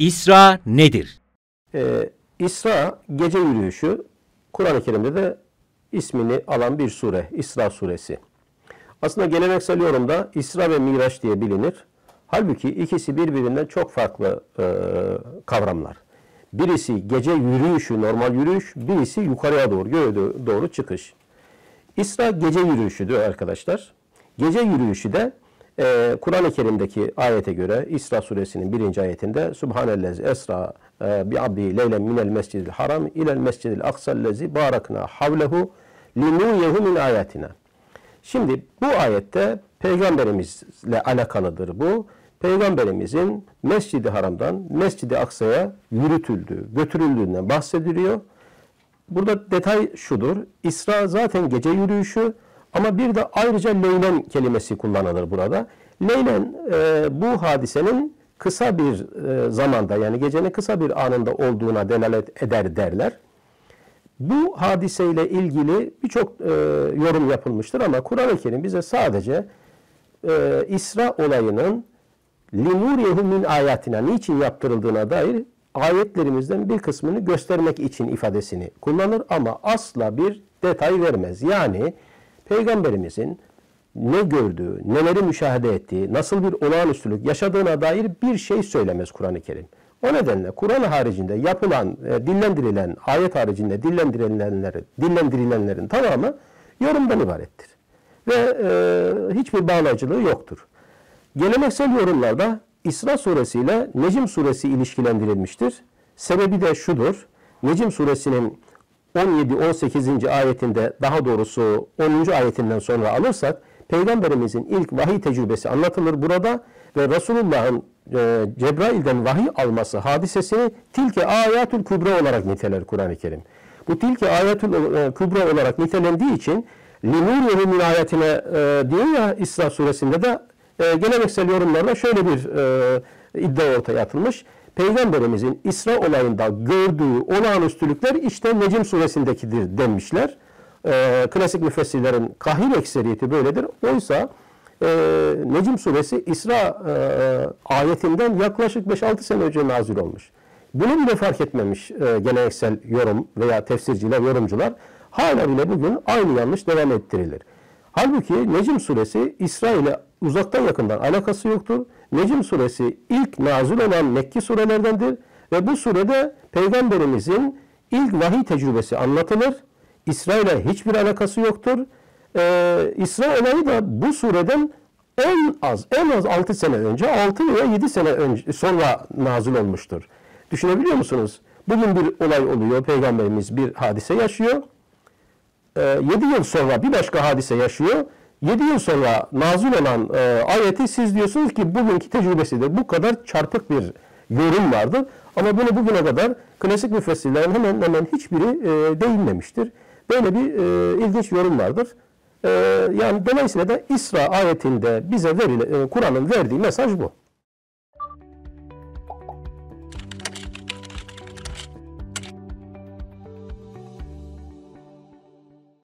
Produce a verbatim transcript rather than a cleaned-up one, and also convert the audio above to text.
İsra nedir? Ee, İsra gece yürüyüşü, Kur'an-ı Kerim'de de ismini alan bir sure, İsra suresi. Aslında geleneksel yorumda İsra ve Miraç diye bilinir. Halbuki ikisi birbirinden çok farklı e, kavramlar. Birisi gece yürüyüşü, normal yürüyüş, birisi yukarıya doğru, göğe doğru çıkış. İsra gece yürüyüşüdür arkadaşlar. Gece yürüyüşü de e, Kur'an-ı Kerim'deki ayete göre İsra suresinin birinci ayetinde Subhanellezi esra e, bi abdi leylen minel mescidil haram ilel mescidil aksallezi barakna havlehu linuyehu min ayatina. Şimdi bu ayette peygamberimizle alakalıdır bu. Peygamberimizin Mescid-i Haram'dan Mescid-i Aksa'ya yürütüldüğü, götürüldüğünden bahsediliyor. Burada detay şudur. İsra zaten gece yürüyüşü ama bir de ayrıca leylen kelimesi kullanılır burada. Leylen e, bu hadisenin kısa bir e, zamanda, yani gecenin kısa bir anında olduğuna delalet eder derler. Bu hadiseyle ilgili birçok e, yorum yapılmıştır ama Kur'an-ı Kerim bize sadece e, İsra olayının linuriyehu min ayatina niçin yaptırıldığına dair ayetlerimizden bir kısmını göstermek için ifadesini kullanır ama asla bir detay vermez. Yani Peygamberimizin ne gördüğü, neleri müşahede ettiği, nasıl bir olağanüstülük yaşadığına dair bir şey söylemez Kur'an-ı Kerim. O nedenle Kur'an haricinde yapılan, e, dillendirilen, ayet haricinde dillendirilenlerin, dillendirilenlerin tamamı yorumdan ibarettir. Ve e, hiçbir bağlayıcılığı yoktur. Geleneksel yorumlarda İsra suresi ile Necm suresi ilişkilendirilmiştir. Sebebi de şudur. Necm suresinin on yedi on sekizinci ayetinde, daha doğrusu onuncu ayetinden sonra alırsak Peygamberimizin ilk vahiy tecrübesi anlatılır burada ve Resulullah'ın e, Cebrail'den vahiy alması hadisesini tilke ayatül kübra olarak niteler Kur'an-ı Kerim. Bu tilke ayatül e, kübra olarak nitelendiği için linuriyehu min ayetine e, diyor ya İsra suresinde de e, geleneksel yorumlarla şöyle bir e, iddia ortaya atılmış. Peygamberimizin İsra olayında gördüğü olağanüstülükler işte Necm suresindekidir demişler. E, klasik müfessirlerin kahir ekseriyeti böyledir. Oysa e, Necm suresi İsra e, ayetinden yaklaşık beş altı sene önce nazil olmuş. Bunu bile fark etmemiş e, geleneksel yorum veya tefsirciler, yorumcular. Hala bile bugün aynı yanlış devam ettirilir. Halbuki Necm suresi İsra ile uzaktan yakından alakası yoktur. Necm suresi ilk nazil olan Mekki surelerdendir ve bu surede Peygamberimizin ilk vahiy tecrübesi anlatılır. İsra ile hiçbir alakası yoktur. Ee, İsra olayı da bu sureden en az en az altı sene önce, altı veya yedi sene önce sonra nazil olmuştur. Düşünebiliyor musunuz? Bugün bir olay oluyor, Peygamberimiz bir hadise yaşıyor. yedi yıl sonra bir başka hadise yaşıyor. yedi yıl sonra nazil olan e, ayeti siz diyorsunuz ki bugünkü tecrübesidir. Bu kadar çarpık bir yorum vardır. Ama bunu bugüne kadar klasik müfessirlerin hemen hemen hiçbiri e, değinmemiştir. Böyle bir e, ilginç yorum vardır. E, yani dolayısıyla da İsra ayetinde bize verilen, e, Kur'an'ın verdiği mesaj bu.